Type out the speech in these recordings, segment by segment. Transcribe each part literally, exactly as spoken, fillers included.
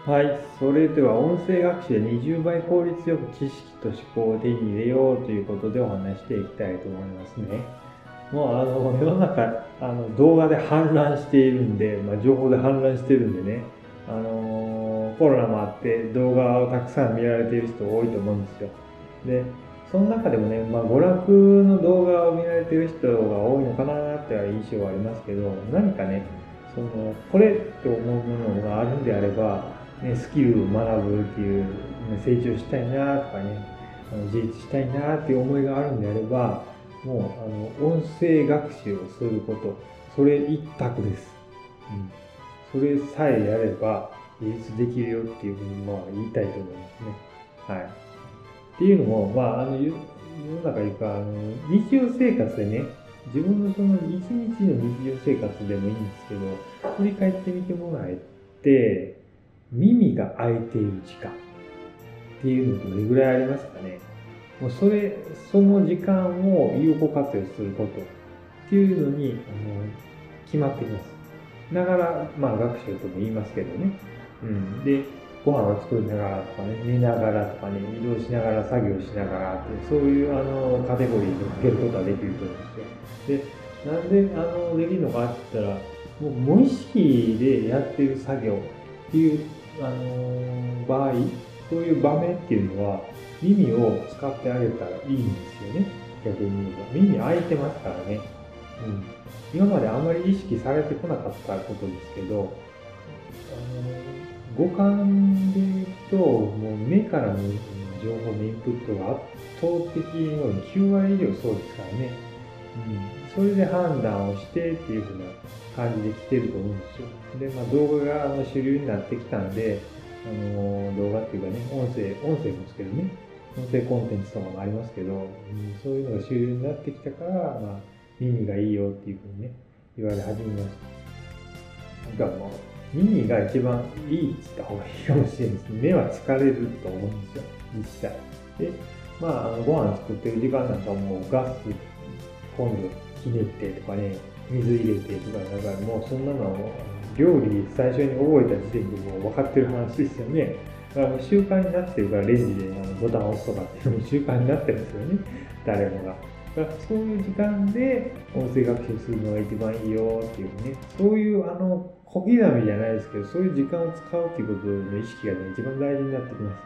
はい、それでは音声学習でにじゅうばい効率よく知識と思考を手に入れようということでお話していきたいと思いますね。もうあの世の中あの動画で氾濫しているんで、まあ、情報で氾濫してるんでね、あのーコロナもあって動画をたくさん見られている人多いと思うんですよ。で、その中でもね、まあ、娯楽の動画を見られている人が多いのかなっていう印象はありますけど、何かね、そのこれと思うものがあるんであれば、ね、スキルを学ぶっていう、ね、成長したいなとかね、あの自立したいなっていう思いがあるんであれば、もうあの音声学習をすること、それ一択です。うん、それさえやれば自立できるよっていうふうにまあ言いたいと思いますね。はい。っていうのも、まあ、あの世の中いうかあの日常生活でね、自分のその一日の日常生活でもいいんですけど、振り返ってみてもらえて、耳が開いている時間っていうのどれぐらいありますかね。もうそれ、その時間を有効活用することっていうのに、あの、決まってきます。ながら、まあ学習とも言いますけどね。うん。で、ご飯を作りながらとかね、寝ながらとかね、移動しながら作業しながらって、そういうあの、カテゴリーに分けることはできると思うんですよ。で、なんで、あの、できるのかって言ったら、もう無意識でやっている作業っていう、あの、場合、そういう場面っていうのは、耳を使ってあげたらいいんですよね。逆に言えば。耳開いてますからね。うん。今まであまり意識されてこなかったことですけど、あの五感で言うと、もう目からの情報のインプットが圧倒的にきゅうわり以上そうですからね。うん。それで判断をしてっていう風な感じで来てると思うんですよ。で、まあ動画があの主流になってきたんで、あの動画っていうかね、音声、音声ですけどね、音声コンテンツとかもありますけど、うん、そういうのが主流になってきたから、まあ、耳がいいよっていうふうにね、言われ始めました。だからもう、耳が一番いいって言った方がいいかもしれないですね。目は疲れると思うんですよ、実際。で、まあ、あのご飯作ってる時間なんかもうガス、今度ひねってとかね、水入れてとか、だからもうそんなの料理最初に覚えた時点でもう分かってる話ですよね。だからもう習慣になってるからレンジであのボタンを押すとかっていうのも習慣になってますよね。誰もが。だからそういう時間で音声学習するのが一番いいよっていうね、そういうあの小刻みじゃないですけど、そういう時間を使うっていうことの意識がね、一番大事になってきます。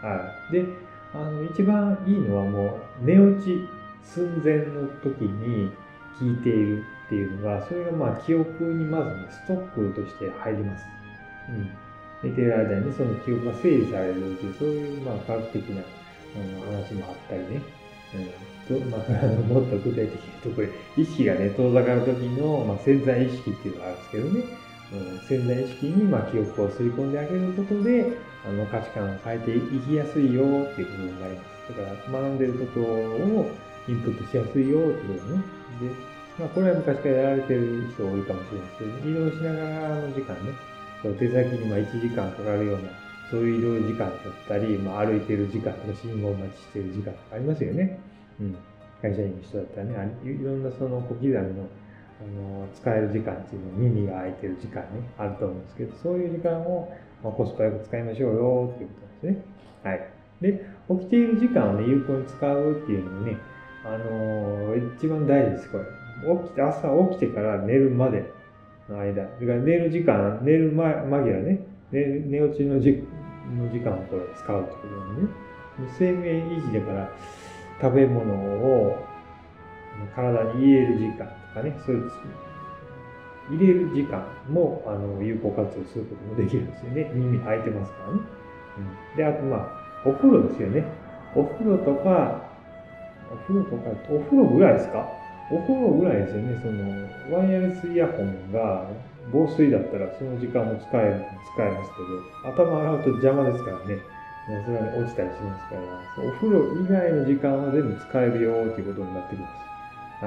はい。で、あの、一番いいのはもう寝落ち寸前の時に聞いているっていうのが、それがまあ記憶にまずね、ストックとして入ります。うん。寝てる間にその記憶が整理されるっていう、そういうまあ科学的なあの話もあったりね。うん。と、まあ、あのもっと具体的なところで、意識がね、遠ざかる時の、まあ、潜在意識っていうのがあるんですけどね。うん、潜在意識にまあ記憶を刷り込んであげることで、あの価値観を変えていきやすいよっていうことになります。だから学んでることをインプットしやすいよっていうことね。で、まあ、これは昔からやられてる人多いかもしれないですけど、移動しながらの時間ね、そう手先にまあいちじかんかかるような、そういう移動時間だったり、まあ、歩いてる時間とか信号待ちしてる時間とかありますよね。うん。会社員の人だったらね、いろんなその小刻みのあの使える時間っていうのは耳が開いてる時間ね、あると思うんですけど、そういう時間を、まあ、コスパよく使いましょうよっていうことですね。はい。で、起きている時間をね、有効に使うっていうのもね、あのー、一番大事です、これ。起きて、朝起きてから寝るまでの間、だから寝る時間、寝る間間際ね、寝寝落ちの時の時間をこれ使うってことなんでね。生命維持だから、食べ物を体に入れる時間とかね、そういう入れる時間もあの有効活用することもできるんですよね。耳開いてますからね。うん、で、あとまあ、お風呂ですよね。お風呂とか、お風呂とか、お風呂ぐらいですか？お風呂ぐらいですよね。その、ワイヤレスイヤホンが防水だったらその時間も使える、使えますけど、頭洗うと邪魔ですからね。それは落ちたりしますから、お風呂以外の時間は全部使えるよっていうことになってきます。はい。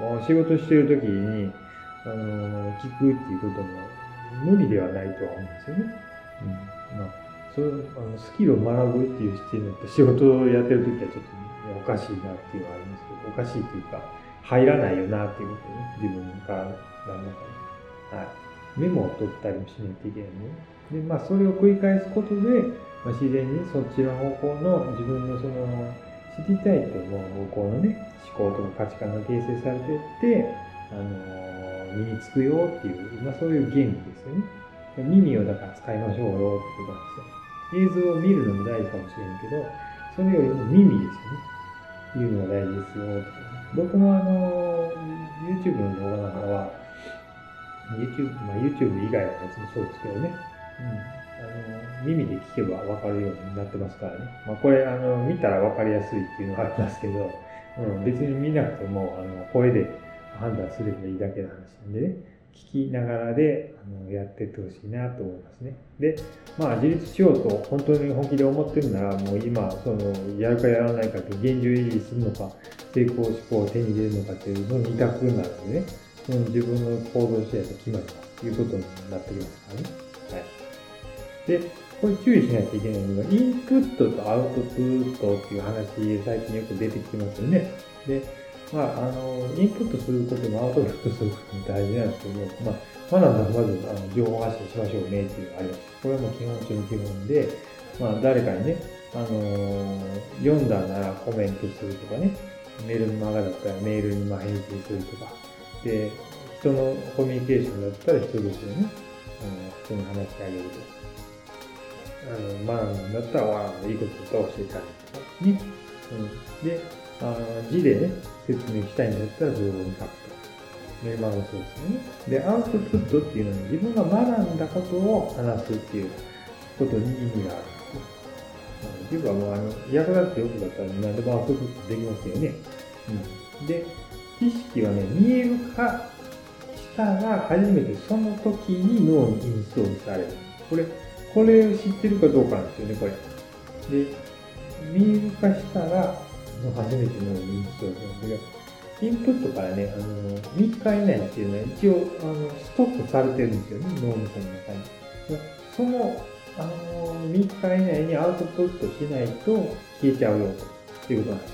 もう仕事してる時に、あの聞くっていうことも無理ではないとは思うんですよね。うん。まあ、そうあのスキルを学ぶっていう視点だと仕事をやってる時はちょっと、ね、おかしいなっていうのはありますけど、おかしいというか、入らないよなっていうことね、自分からなんだかね。はい。 メモを取ったりもしないといけないね。で、まあ、それを繰り返すことで、まあ、自然にそっちの方向の自分のその知りたいと思う方向のね、思考とか価値観が形成されていって、あのー、身につくよっていう、まあ、そういう原理ですよね。耳をだから使いましょうよってことなんですよ。映像を見るのも大事かもしれんけど、それよりも耳ですよね。いうのが大事ですよ。僕のあの、YouTube の動画なんかは、YouTube、まあ、YouTube 以外のやつもそうですけどね。うん。あの、耳で聞けば分かるようになってますからね。まあ、これ、あの、見たら分かりやすいっていうのがありますけど、うん、別に見なくても、あの、声で判断すればいいだけの話なんでね。聞きながらであのやっていってほしいなと思いますね。で、まあ自立しようと本当に本気で思ってるなら、もう今、そのやるかやらないかって現状維持するのか、成功志向を手に入れるのかっていうのに二択になるんでね、その自分の行動次第で決まりますということになってきますからね。はい。で、これ注意しないといけないのが、インプットとアウトプットっていう話、最近よく出てきてますよね。で、まあ、あの、インプットすることもアウトプットすることも大事なんですけど、まあ、学んだらまずあの情報発信しましょうねっていうのがあります。これはもう基本中の基本で、まあ、誰かにね、あのー、読んだならコメントするとかね、メールの漫画だったらメールにまあ返信するとか、で、人のコミュニケーションだったら人同士でね、あの人に話してあげるとか、あの、学んだったら、わあ、いいことを教えてあげるとかね。うん、で、あの字でね、説明したいんだったらブログに書くと。メルマガもそうですよね。で、アウトプットっていうのは自分が学んだことを話すっていうことに意味があるんですよ。というかもうあの、役立ってよくだったら何でもアウトプットできますよね。うん。で、知識はね、見える化したら初めてその時に脳にインストールされる。これ、これを知ってるかどうかなんですよね、これ。で、見える化したら、初めての認知症なんですが、インプットからね、あのみっか以内っていうのは一応あのストックされてるんですよね、脳みその中に。その、あのみっか以内にアウトプットしないと消えちゃうよということなんです。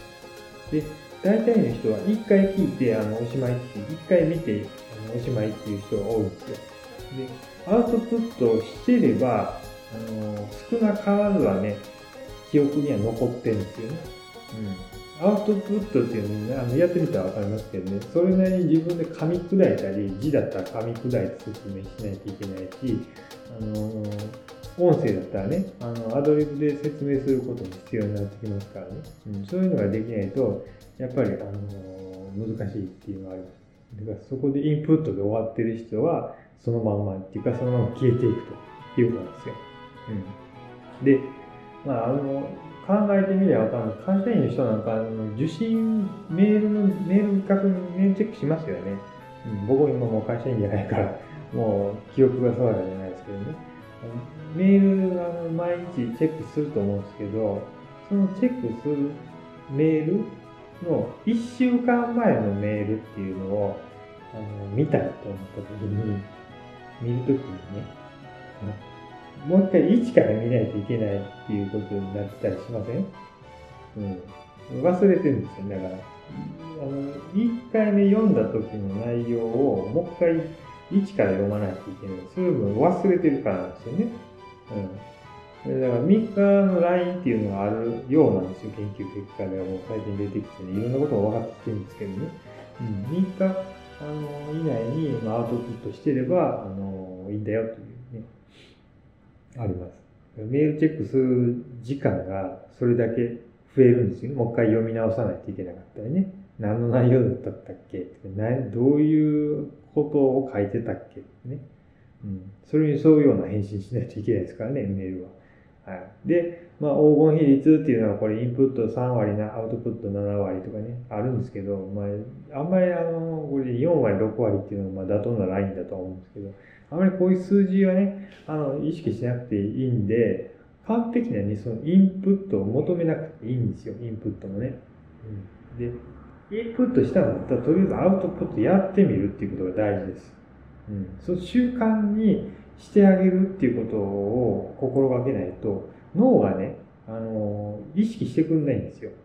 で、大体の人はいっかい聞いてあのおしまいっていう、いっかい見てあのおしまいっていう人が多いんですよ。で、アウトプットをしてれば、あの少なからずはね、記憶には残ってるんですよね。うん、アウトプットっていうのね、あのやってみたら分かりますけどね、それなりに自分で噛み砕いたり、字だったら噛み砕いて説明しないといけないし、あの音声だったらね、あのアドリブで説明することも必要になってきますからね、うん、そういうのができないと、やっぱり、あの難しいっていうのがあります。だからそこでインプットで終わってる人は、そのまんまっていうか、そのまま消えていくということなんですよ。うん、で、まあ、あの考えてみれば分かる。会社員の人なんか、あの受信、メールの、メール確認、メールチェックしますよね。うん、僕今もう会社員じゃないから、もう記憶が定かじゃないですけどね。メール、あの、毎日チェックすると思うんですけど、そのチェックするメールのいっしゅうかんまえのメールっていうのを、あの見たいと思った時に、見るときにね、もう一回一から見ないといけないっていうことになってたりしません？うん。忘れてるんですよ。だから、あの、一回目読んだ時の内容をもう一回一から読まないといけない。それも忘れてるからなんですよね。うん。だからみっかの ライン っていうのがあるようなんですよ。研究結果ではもう最近出てきてね、いろんなことが分かってきてるんですけどね。うん。みっか、あの、以内にアウトプットしてれば、あの、いいんだよというね。あります。メールチェックする時間がそれだけ増えるんですよね。もう一回読み直さないといけなかったりね。何の内容だったっけどういうことを書いてたっけね。うん。それに沿うような返信しないといけないですからね、メールは。はい。で、まあ、黄金比率っていうのはこれインプットさんわりな、アウトプットななわりとかね、あるんですけど、まあ、あんまりあの、これよんわり、ろくわりっていうのはまあ妥当なラインだと思うんですけど、あまりこういう数字はね、あの、意識しなくていいんで、完璧なにそのインプットを求めなくていいんですよ、インプットもね。うん、で、インプットしたんだったら、とりあえずアウトプットやってみるっていうことが大事です。うん、その習慣にしてあげるっていうことを心がけないと、脳がね、あの、意識してくんないんですよ。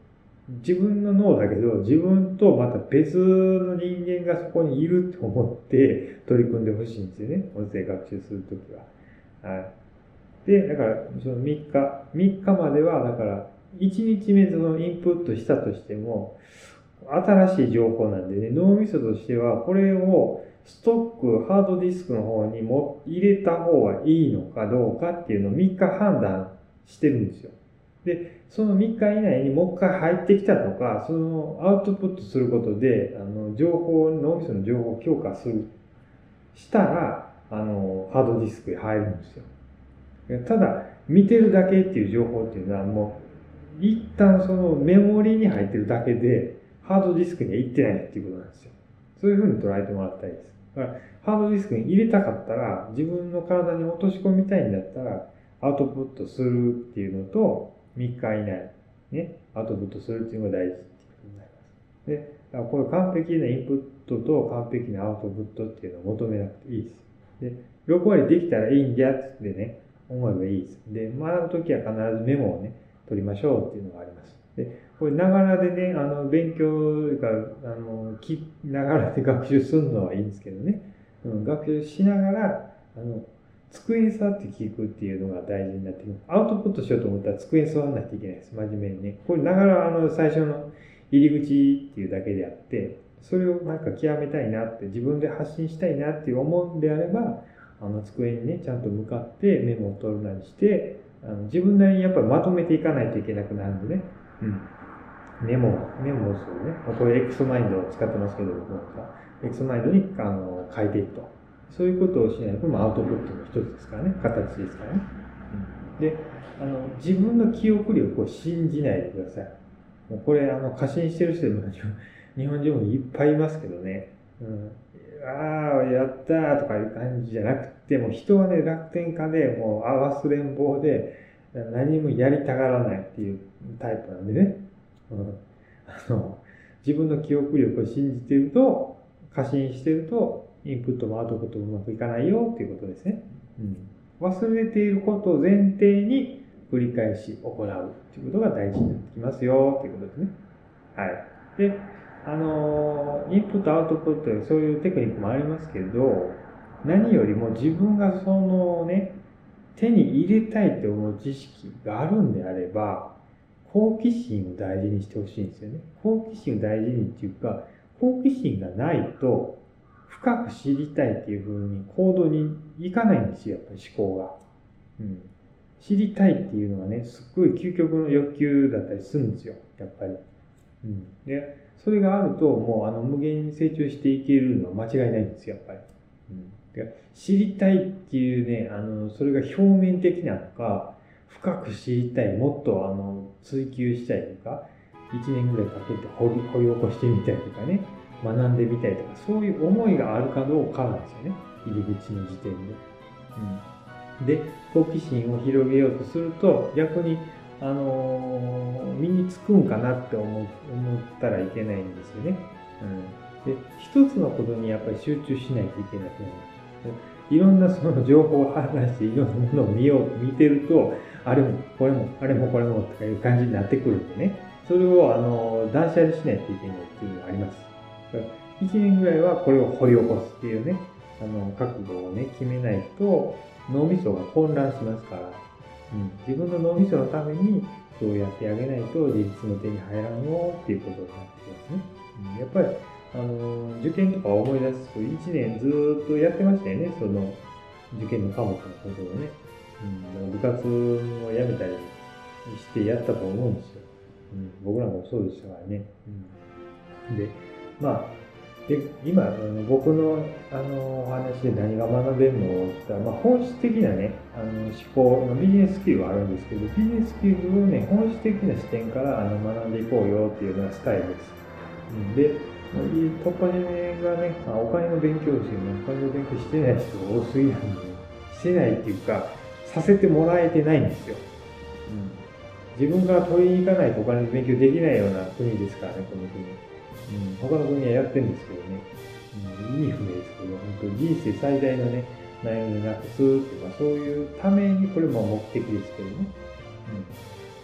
自分の脳だけど、自分とまた別の人間がそこにいると思って取り組んでほしいんですよね。音声学習するときは。はい。で、だから、そのみっか、みっかまでは、だから、いちにちめそのインプットしたとしても、新しい情報なんでね、脳みそとしては、これをストック、ハードディスクの方にも入れた方がいいのかどうかっていうのをみっか判断してるんですよ。で、そのみっか以内にもう一回入ってきたとか、そのアウトプットすることで、あの、情報、脳みその情報を強化する、したら、あの、ハードディスクに入るんですよ。ただ、見てるだけっていう情報っていうのはもう、一旦そのメモリに入ってるだけで、ハードディスクには行ってないっていうことなんですよ。そういうふうに捉えてもらったらいいです。だから、ハードディスクに入れたかったら、自分の体に落とし込みたいんだったら、アウトプットするっていうのと、みっか以内、ね、アウトプットするっていうのが大事っていうことになります。で、だからこれ完璧なインプットと完璧なアウトプットっていうのを求めなくていいです。で、ろく割できたらいいんじゃってね、思えばいいです。で、学ぶときは必ずメモをね、取りましょうっていうのがあります。で、これ、ながらでね、あの、勉強が、あの、き、ながらで学習するのはいいんですけどね、うん、学習しながら、あの、机に座って聞くっていうのが大事になってきます。アウトプットしようと思ったら机に座らないといけないです。真面目にね。これ、ながら、あの、最初の入り口っていうだけであって、それをなんか極めたいなって、自分で発信したいなって思うんであれば、あの机にね、ちゃんと向かってメモを取るなりして、あの自分なりにやっぱりまとめていかないといけなくなるんでね。うん。メモ、メモをするね。これ X マインドを使ってますけど、僕なんか X マインドにあの書いていくと。そういうことをしないと、まあ、アウトプットの一つですからね。形ですからね。うん、で、あの、自分の記憶力を信じないでください。もうこれ、あの、過信してる人も日本人もいっぱいいますけどね。うん、ああ、やったーとかいう感じじゃなくて、もう人はね、楽天家で、もう忘れん坊で、何もやりたがらないっていうタイプなんでね。うん、あの自分の記憶力を信じていると、過信していると、インプットもアウトプットもうまくいかないよっていうことですね。うん、忘れていることを前提に繰り返し行うっていうことが大事になってきますよっていうことですね。はい。で、あの、インプットアウトプットでそういうテクニックもありますけど、何よりも自分がそのね、手に入れたいって思う知識があるんであれば、好奇心を大事にしてほしいんですよね。好奇心を大事にっていうか、好奇心がないと、深く知りたいっていう風に行動にいかないんですよ、やっぱり思考が。うん。知りたいっていうのはね、すっごい究極の欲求だったりするんですよ、やっぱり。うん。で、それがあると、もうあの無限に成長していけるのは間違いないんですよ、やっぱり。うん。で、知りたいっていうね、あの、それが表面的なのか、深く知りたい、もっとあの、追求したいとか、いちねんぐらいかけて掘り、掘り起こしてみたいとかね、学んでみたいとか、そういう思いがあるかどうかなんですよね。入り口の時点で。うん。で、好奇心を広げようとすると、逆に、あのー、身につくんかなって思思ったらいけないんですよね。うん。で、一つのことにやっぱり集中しないといけなくなる。いろんなその情報を話していろんなものを見よう、見てると、あれも、これも、あれも、これもとかいう感じになってくるんでね。それを、あの、断捨離しないといけないっていうのがあります。いちねんぐらいはこれを掘り起こすっていうね、あの、覚悟をね、決めないと、脳みそが混乱しますから、うん、自分の脳みそのためにそうやってあげないと自立の手に入らんよっていうことになってきますね。うん、やっぱり、あの、受験とか思い出すといちねんずーっとやってましたよね、その受験の科目のことをね。うん、部活を辞めたりしてやったと思うんですよ。うん、僕らもそうでしたからね。うん、で、まあ、で今、あの僕のあのお話で何が学べるのって言ったら、まあ、本質的なね、あの思考、ビジネススキルはあるんですけど、ビジネススキルをね、本質的な視点からあの学んでいこうよっていうのがスタイルです。うん、で、突破締めがね、まあ、お金の勉強ですよね。お金の勉強してない人が多すぎるんで、してないっていうか、させてもらえてないんですよ。うん、自分が取りに行かないとお金の勉強できないような国ですからね、この国。うん、他の国はやってるんですけどね、うん、意味不明ですけど、本当人生最大のね、悩みをなくすとか、そういうためにこれも目的ですけどね。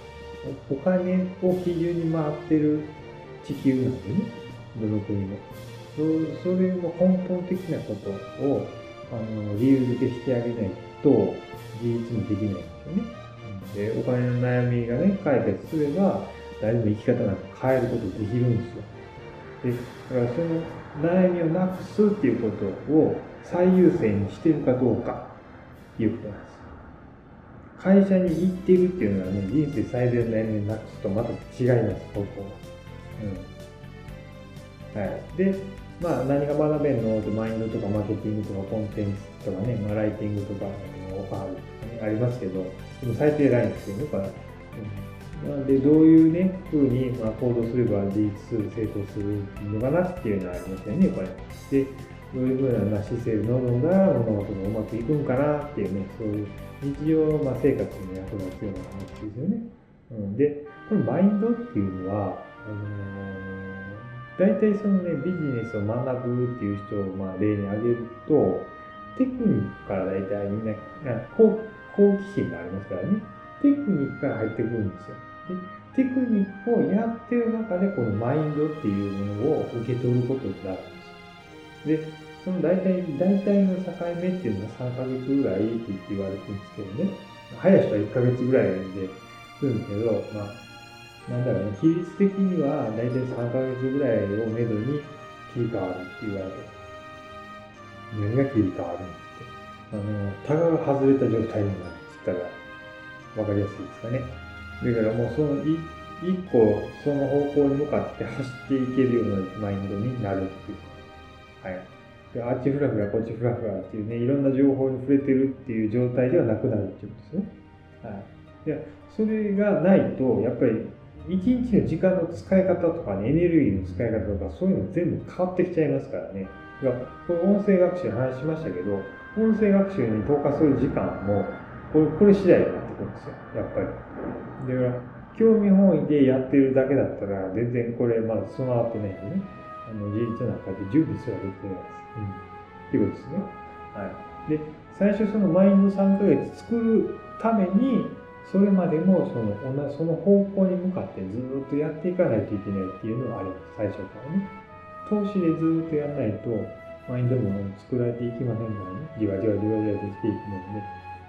お金を基準に回ってる地球なんでね、どの国も。そそれの根本的なことをあの理由付けしてあげないと自立もできないんですよね。で、お金の悩みがね、解決すれば、誰でも生き方なんか変えることできるんですよ。で、だからその悩みをなくすっていうことを最優先にしているかどうかっていうことなんです。会社に行っているっていうのはね、人生最大の悩みをなくすとまた違います、ここ。うん。はい。で、まあ何が学べんのって、マインドとかマーケティングとかコンテンツとかね、まあ、ライティングとかオファーとかね、ありますけど、でも最低ラインですよね、これ。うん、なので、どういうね、風にまあ行動すれば自立する、成功するのかなっていうのはありますよね、これ。で、どういうふうな姿勢で臨んだら物事がうまくいくんかなっていうね、そういう日常、まあ、生活に役立つような話ですよね。うん、で、このマインドっていうのは、あのー、大体そのね、ビジネスを学ぶっていう人をまあ例に挙げると、テクニックから大体みんな、好奇心がありますからね、テクニックから入ってくるんですよ。で、テクニックをやってる中で、このマインドっていうものを受け取ることになるんです。で、その大体、大体の境目っていうのはさんかげつぐらいって言われてるんですけどね。早い人はいっかげつぐらいでするんですけど、まあ、なんだろうね、比率的には大体さんかげつぐらいをめどに切り替わるって言われてる。何が切り替わるんって。あの、タガが外れた状態になるって言ったらわかりやすいですかね。だからもうその一個その方向に向かって走っていけるようなマインドになるっていう。はい。で、あっちフラフラこっちフラフラっていうね、いろんな情報に触れてるっていう状態ではなくなるっていうことですね。はい。で、それがないと、やっぱり一日の時間の使い方とかね、エネルギーの使い方とか、そういうの全部変わってきちゃいますからね。だからこれ音声学習の話しましたけど、音声学習に投下する時間も、これ、これ次第になってくるんですよ、やっぱり。だから、興味本位でやってるだけだったら、全然これ、まだその後ね、あの自立の中で準備すらできてないです。うん。っていうことですね。はい。で、最初そのマインドさんかげつ作るために、それまでもそのその方向に向かってずっとやっていかないといけないっていうのがあります、最初からね。投資でずっとやらないと、マインドも作られていきませんからね。じわじわじわじわできていくので、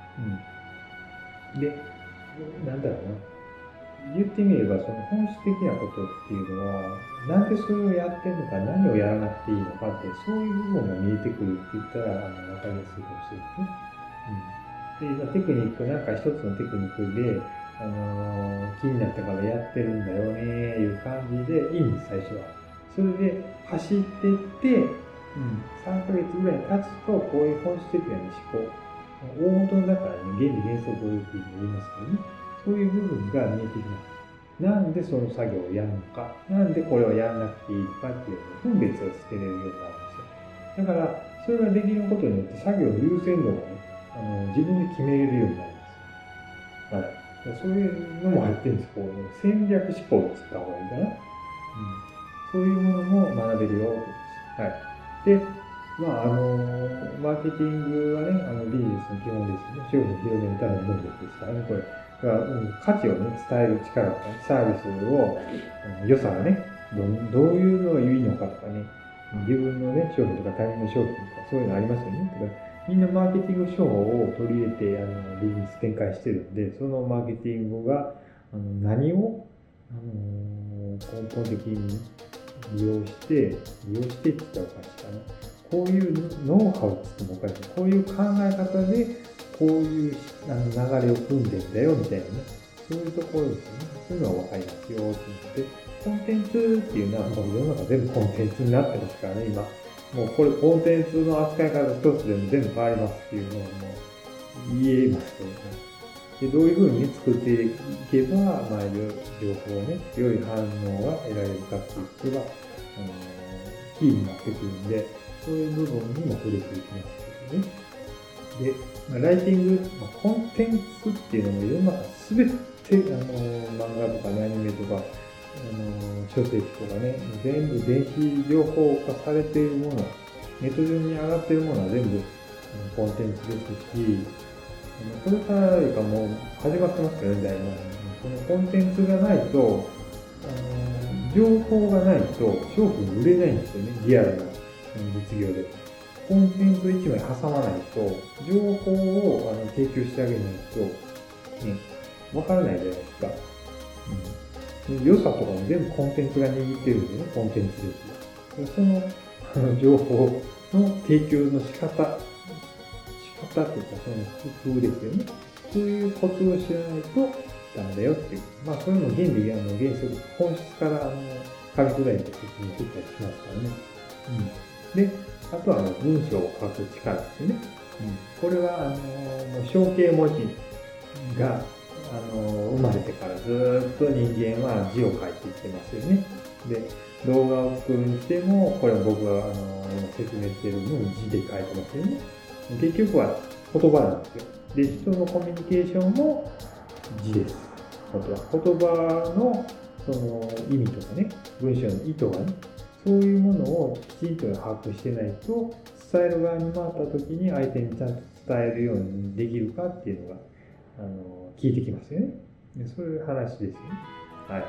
うん。で、なんだろうな。言ってみれば、その本質的なことっていうのは、なんでそれをやってるのか、何をやらなくていいのかって、そういう部分が見えてくるって言ったら、あの、わかりやすいかもしれないですね。うん。で、テクニック、なんか一つのテクニックで、あのー、気になったからやってるんだよねーいう感じでいいんです、最初は。それで走っていって、うん、さんかげつぐらい経つと、こういう本質的な思考、大元のだからね、原理原則って言いますけどね。そういう部分が見えてきます。なんでその作業をやるのか、なんでこれをやらなくていいのかっていうのを分別をつけれるようになるんですよ。だから、それができることによって作業の優先度がね、あの自分で決めれるようになります。はい。そういうのも入ってるんです。こう、ね、戦略思考って言った方がいいかな。うん。そういうものも学べるよということです。はい。で、まあ、あの、マーケティングはね、あのビジネスの基本ですね。商品を広めるための能力ですからね、これ。が価値をね、伝える力とか、ね、サービスを、良さがね、どどういうのがいいのかとかね、自分のね、商品とか他人の商品とか、そういうのありますよね。だからみんなマーケティング手法を取り入れて、あの、ビジネス展開してるんで、そのマーケティングが、あの何を、あのー、根本的に利用して、利用してって言ったらおかしいかな。こういうノウハウをつくもおかしい。こういう考え方で、こういうあの流れを組んでんだよみたいなね、そういうところですよね。そういうのは分かりますよって言って、コンテンツっていうのはもう世の中全部コンテンツになってますからね、今。もうこれコンテンツの扱い方一つでも全部変わりますっていうのはもう言えますけどね。で、どういうふうに作っていけば、まあ、情報をね、良い反応が得られるかっていうことが、あのー、キーになってくるんで、そういう部分にも触れていきますけどね。で、まあ、ライティング、まあ、コンテンツっていうのも世の中すべて、あのー、漫画とかね、アニメとか、あのー、書籍とかね、全部電子情報化されているもの、ネット上に上がっているものは全部コンテンツですし、これからよりかもう始まってますけどね、だいぶそのコンテンツがないと、あの情報がないと商品売れないんですよね、リアルな実業で。コンテンツいちまい挟まないと、情報をあの提供してあげないと、ね、わからないじゃないですか。うん、良さとかも全部コンテンツが握ってるんでね、コンテンツですよ。その、あの情報の提供の仕方、仕方というか、その工夫ですよね。そういうコツを知らないとダメだよっていう。まあ、それも原理、あの原則、本質からあの噛み砕いて説明してたりしますからね。うん、で、あとは文章を書く力ですよね。うん、これはあの象形文字があの生まれてからずっと人間は字を書いていってますよね。で、動画を作るにしても、これは僕があの説明しているのを字で書いてますよね。結局は言葉なんですよ。で、人のコミュニケーションも字です。本当は言葉のその意味とかね、文章の意図がね、そういうものをきちんと把握してないと、伝える側に回った時に相手にちゃんと伝えるようにできるかっていうのがあの聞いてきますよね。でそういう話ですよね。はい。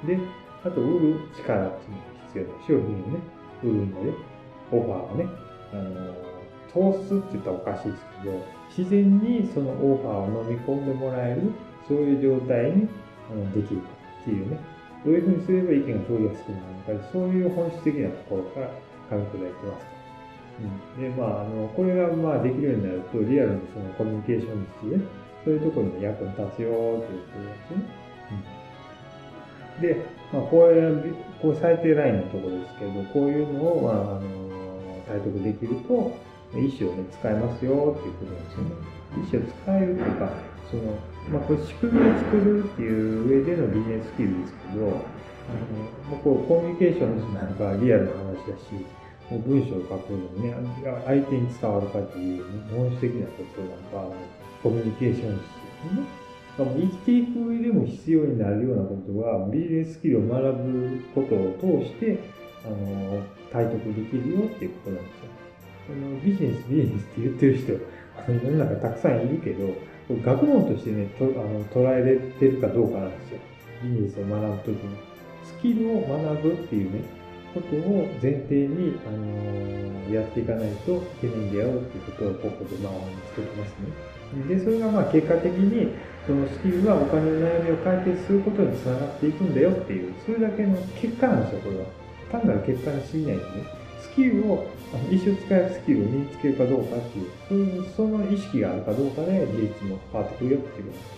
で、あと売る力っていうのが必要だ。商品をね、売るので、オファーをね、あの通すって言ったらおかしいですけど、自然にそのオファーを飲み込んでもらえる、そういう状態にできるかっていうね。どういうふうにすれば意見が通りやすくなるのか、そういう本質的なところから噛み砕いてます。うん、で、まあ、あの、これがまあできるようになると、リアルにそのコミュニケーションですね、そういうところにも役に立つよということですね。うん、で、まあ、こういう、こう最低ラインのところですけど、こういうのを、まあ、あの、体得できると、意思をね、使えますよっていうことなんですよね。意思を使えるというか、その、まあ、これ仕組みを作るっていう上でのビジネススキルですけど、あの、まあ、こうコミュニケーションなんかリアルな話だし、もう文章を書くのもね、相手に伝わるかという本質的なことなんか、コミュニケーションですよね。生きていく上でも必要になるようなことが、ビジネススキルを学ぶことを通して、あの、体得できるよっていうことなんですよ。あのビジネス、ビジネスって言ってる人、あの世の中たくさんいるけど、学問としてね、とあの捉えれてるかどうかなんですよ。ビジネスを学ぶときに。スキルを学ぶっていうね、ことを前提に、あのー、やっていかないといけないんだよっていうことをここでまあ作ってますね。で、それがまあ結果的に、そのスキルがお金の悩みを解決することにつながっていくんだよっていう、それだけの結果なんですよ、これは。単なる結果に過ぎないんでね。スキルを、一生使えるスキルを身につけるかどうかっていう、そういう、その意識があるかどうかで利益も変わってくるよっていうことです。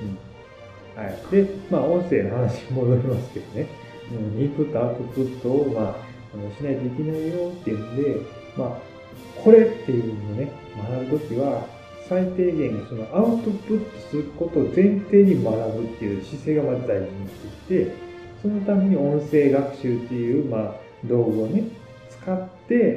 うん。はい。で、まあ、音声の話に戻りますけどね。うん、インプット、アウトプットを、まあ、あのしないといけないよっていうんで、まあ、これっていうのをね、学ぶときは、最低限そのアウトプットすることを前提に学ぶっていう姿勢がまず大事になっていて、そのために音声学習っていう、まあ、道具をね、使って、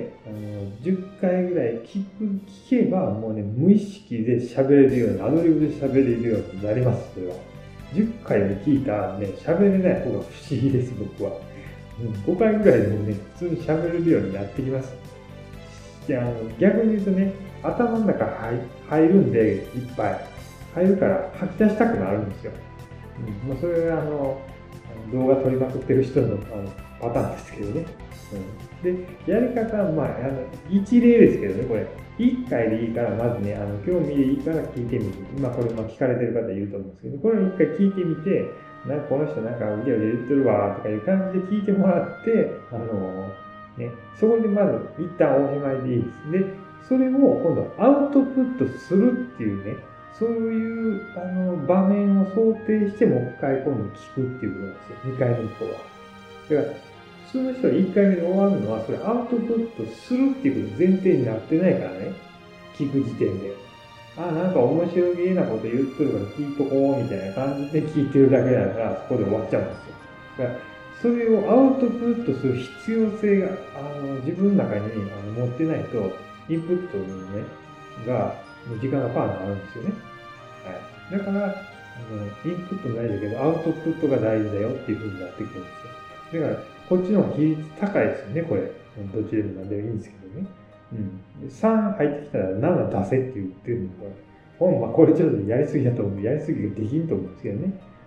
あの、じゅっかいぐらい聞く、聞けば、もうね、無意識で喋れるように、アドリブで喋れるようになります、それは。じゅっかいで聞いたらね、喋れない方が不思議です、僕は。ごかいぐらいでもね、普通に喋れるようになってきます。いや、あの逆に言うとね、頭の中入入るんで、いっぱい。入るから吐き出したくなるんですよ。うん、まあ、それがあの、動画撮りまくってる人のあのパターンですけどね。うん、で、やり方は、まあ、あの一例ですけどね、これ。いっかいでいいから、まずね、あの興味でいいから聞いてみる。今これ、まあ、聞かれてる方いると思うんですけど、これをいっかい聞いてみて、なんかこの人なんかうりゃうりゃ言ってるわとかいう感じで聞いてもらって、あのね、そこでまず一旦おしまいでいいです。で、それを今度アウトプットするっていうね、そういうあの場面を想定してもう一回今度聞くっていうことなんですよ。にかいめ以降は。だから普通の人はいっかいめで終わるのは、それアウトプットするっていうこと前提になってないからね。聞く時点で。あ、なんか面白げなこと言ってるから聞いとこうみたいな感じで聞いてるだけだから、そこで終わっちゃうんですよ。だからそれをアウトプットする必要性があの自分の中にあの持ってないと、インプットのね、が、時間がパーになるんですよね。はい。だから、あのインプットないんだけど、アウトプットが大事だよっていう風になってくるんですよ。だから、こっちの方が比率高いですよね、これ。どっちでも何でもいいんですけどね。うん。さん入ってきたらなな出せって言ってるのが、ほんまこれちょっとやりすぎだと思う。やりすぎができんと思うんですけどね。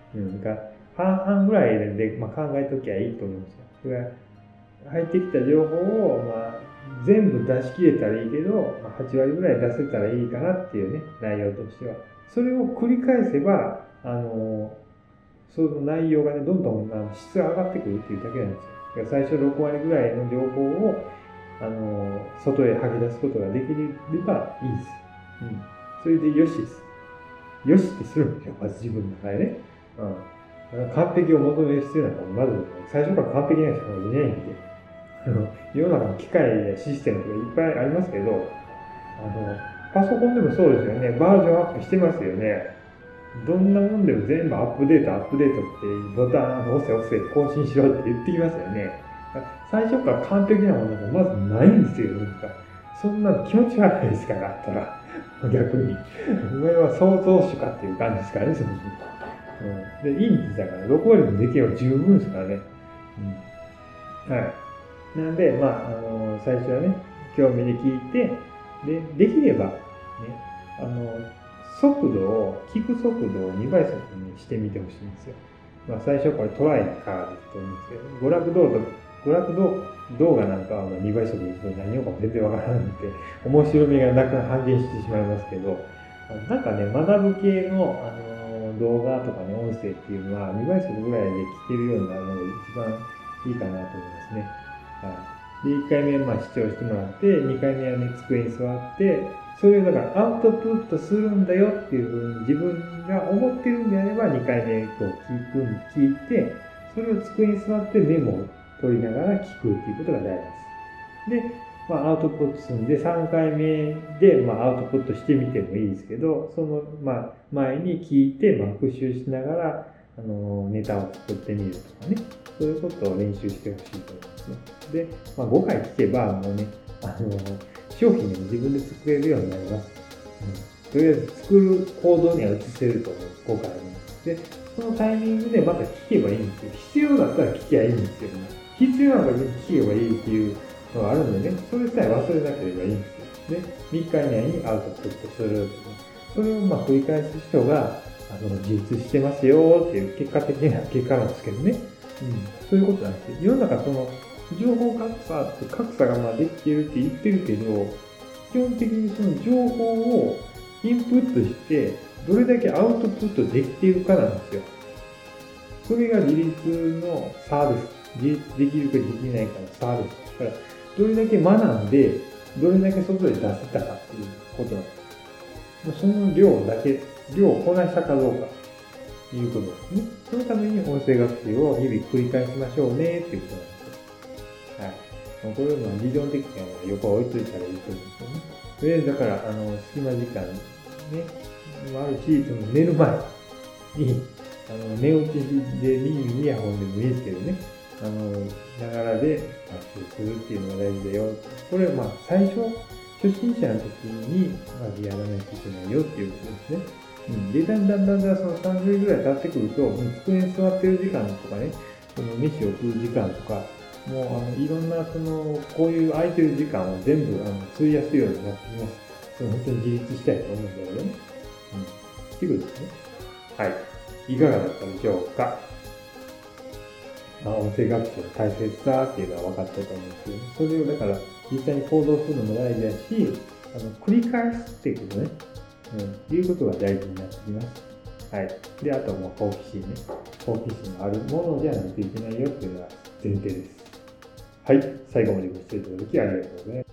うん、だから半々ぐらいで、まあ、考えときゃいいと思うんですよ。それが入ってきた情報を、まあ、全部出し切れたらいいけど、まあ、はち割ぐらい出せたらいいかなっていうね、内容としては。それを繰り返せば、あのその内容がね、どんどん質が上がってくるっていうだけなんですよ。だから最初ろく割ぐらいの情報を、あの外へ吐き出すことができればいいです。うん。それでよしです。よしってするんですよ、まず自分の中でね。うん。完璧を求める必要なんかまず最初から完璧な人がいないんで、あの世の中の機械やシステムとかいっぱいありますけど、あのパソコンでもそうですよね。バージョンアップしてますよね。どんなもんでも全部アップデートアップデートってボタン押せ押せ更新しろって言ってきますよね。最初から完璧なものがまずないんですよ。なんかそんな気持ち悪いですからあったら逆に上は創造主かっていう感じですからね、その人、うん、でいいんですだからどこまでもできれば十分ですからね、うん、はい。なんでまあ、あのー、最初はね興味で聞いてでできればねあの速度を聞く速度をにばい速にしてみてほしいんですよ。まあ、最初これトライからですと思うんですけど、娯楽動画娯楽動画なんかはにばい速にすると何をかも全然わからなくて面白みがなく半減してしまいますけど、なんかね学ぶ系の、あのー、動画とかね音声っていうのはにばい速ぐらいで聞けるようになるのが一番いいかなと思いますね。はい、でいっかいめまあ視聴してもらってにかいめはね机に座ってそれをだからアウトプットするんだよっていうふうに自分が思ってるんであればにかいめこう聞く聞いてそれを机に座ってメモを取りながら聞くっていうことが大事です。で、まあ、アウトプットするんでさんかいめで、まあ、アウトプットしてみてもいいですけどその、まあ、前に聞いて、まあ、復習しながらあのネタを作ってみるとかねそういうことを練習してほしいと思いますね。で、まあ、ごかい聞けばもうねあの商品でも自分で作れるようになります。うん、とりあえず作る行動には移せると思う、ごかいめ。で、そのタイミングでまた聞けばいいんですよ。必要だったら聞けばいいんですけどね。必要なら聞けばいいっていうのがあるんでね、それさえ忘れなければいいんですよ。で、みっか以内にアウトプットするとか、それをまあ繰り返す人があの自立してますよっていう結果的な結果なんですけどね。うん、そういうことなんですよ。世の中その情報格差って格差がまあできてるって言ってるけど、基本的にその情報をインプットしてどれだけアウトプットできているかなんですよ。それが自立の差です。自立できるかできないかの差です。だからどれだけ学んでどれだけ外で出せたかっていうことなんです。その量だけ量をこなしたかどうかということですね。そのために音声学習を日々繰り返しましょうねっていうことなんです。はい。これは理論的には横追いついたらいいと思うんですよね。とりあえずだから、あの、隙間時間ね、もあるし、その寝る前に、あの、寝落ちで耳にイヤホンでもいいですけどね、あの、ながらで学習するっていうのが大事だよ。これはまあ、最初、初心者の時に、まずやらないといけないよっていうことですね。うん。で、だんだんだんだんそのさんじゅうぐらい経ってくると、机に座ってる時間とかね、その飯を食う時間とか、もうあのいろんなそのこういう空いてる時間を全部あの費やすようになってきます。それ本当に自立したいと思うんだけどね。うん。っていうことですね。はい。いかがだったでしょうか。まあ、音声学習の大切さっていうのは分かったと思うんですけど、ね、それをだから実際に行動するのも大事だし、あの繰り返すっていうことね。うん。いうことが大事になってきます。はい。で、あとはもう好奇心ね。好奇心があるものじゃないといけないよっていうのが前提です。はい、最後までご視聴いただきありがとうございます。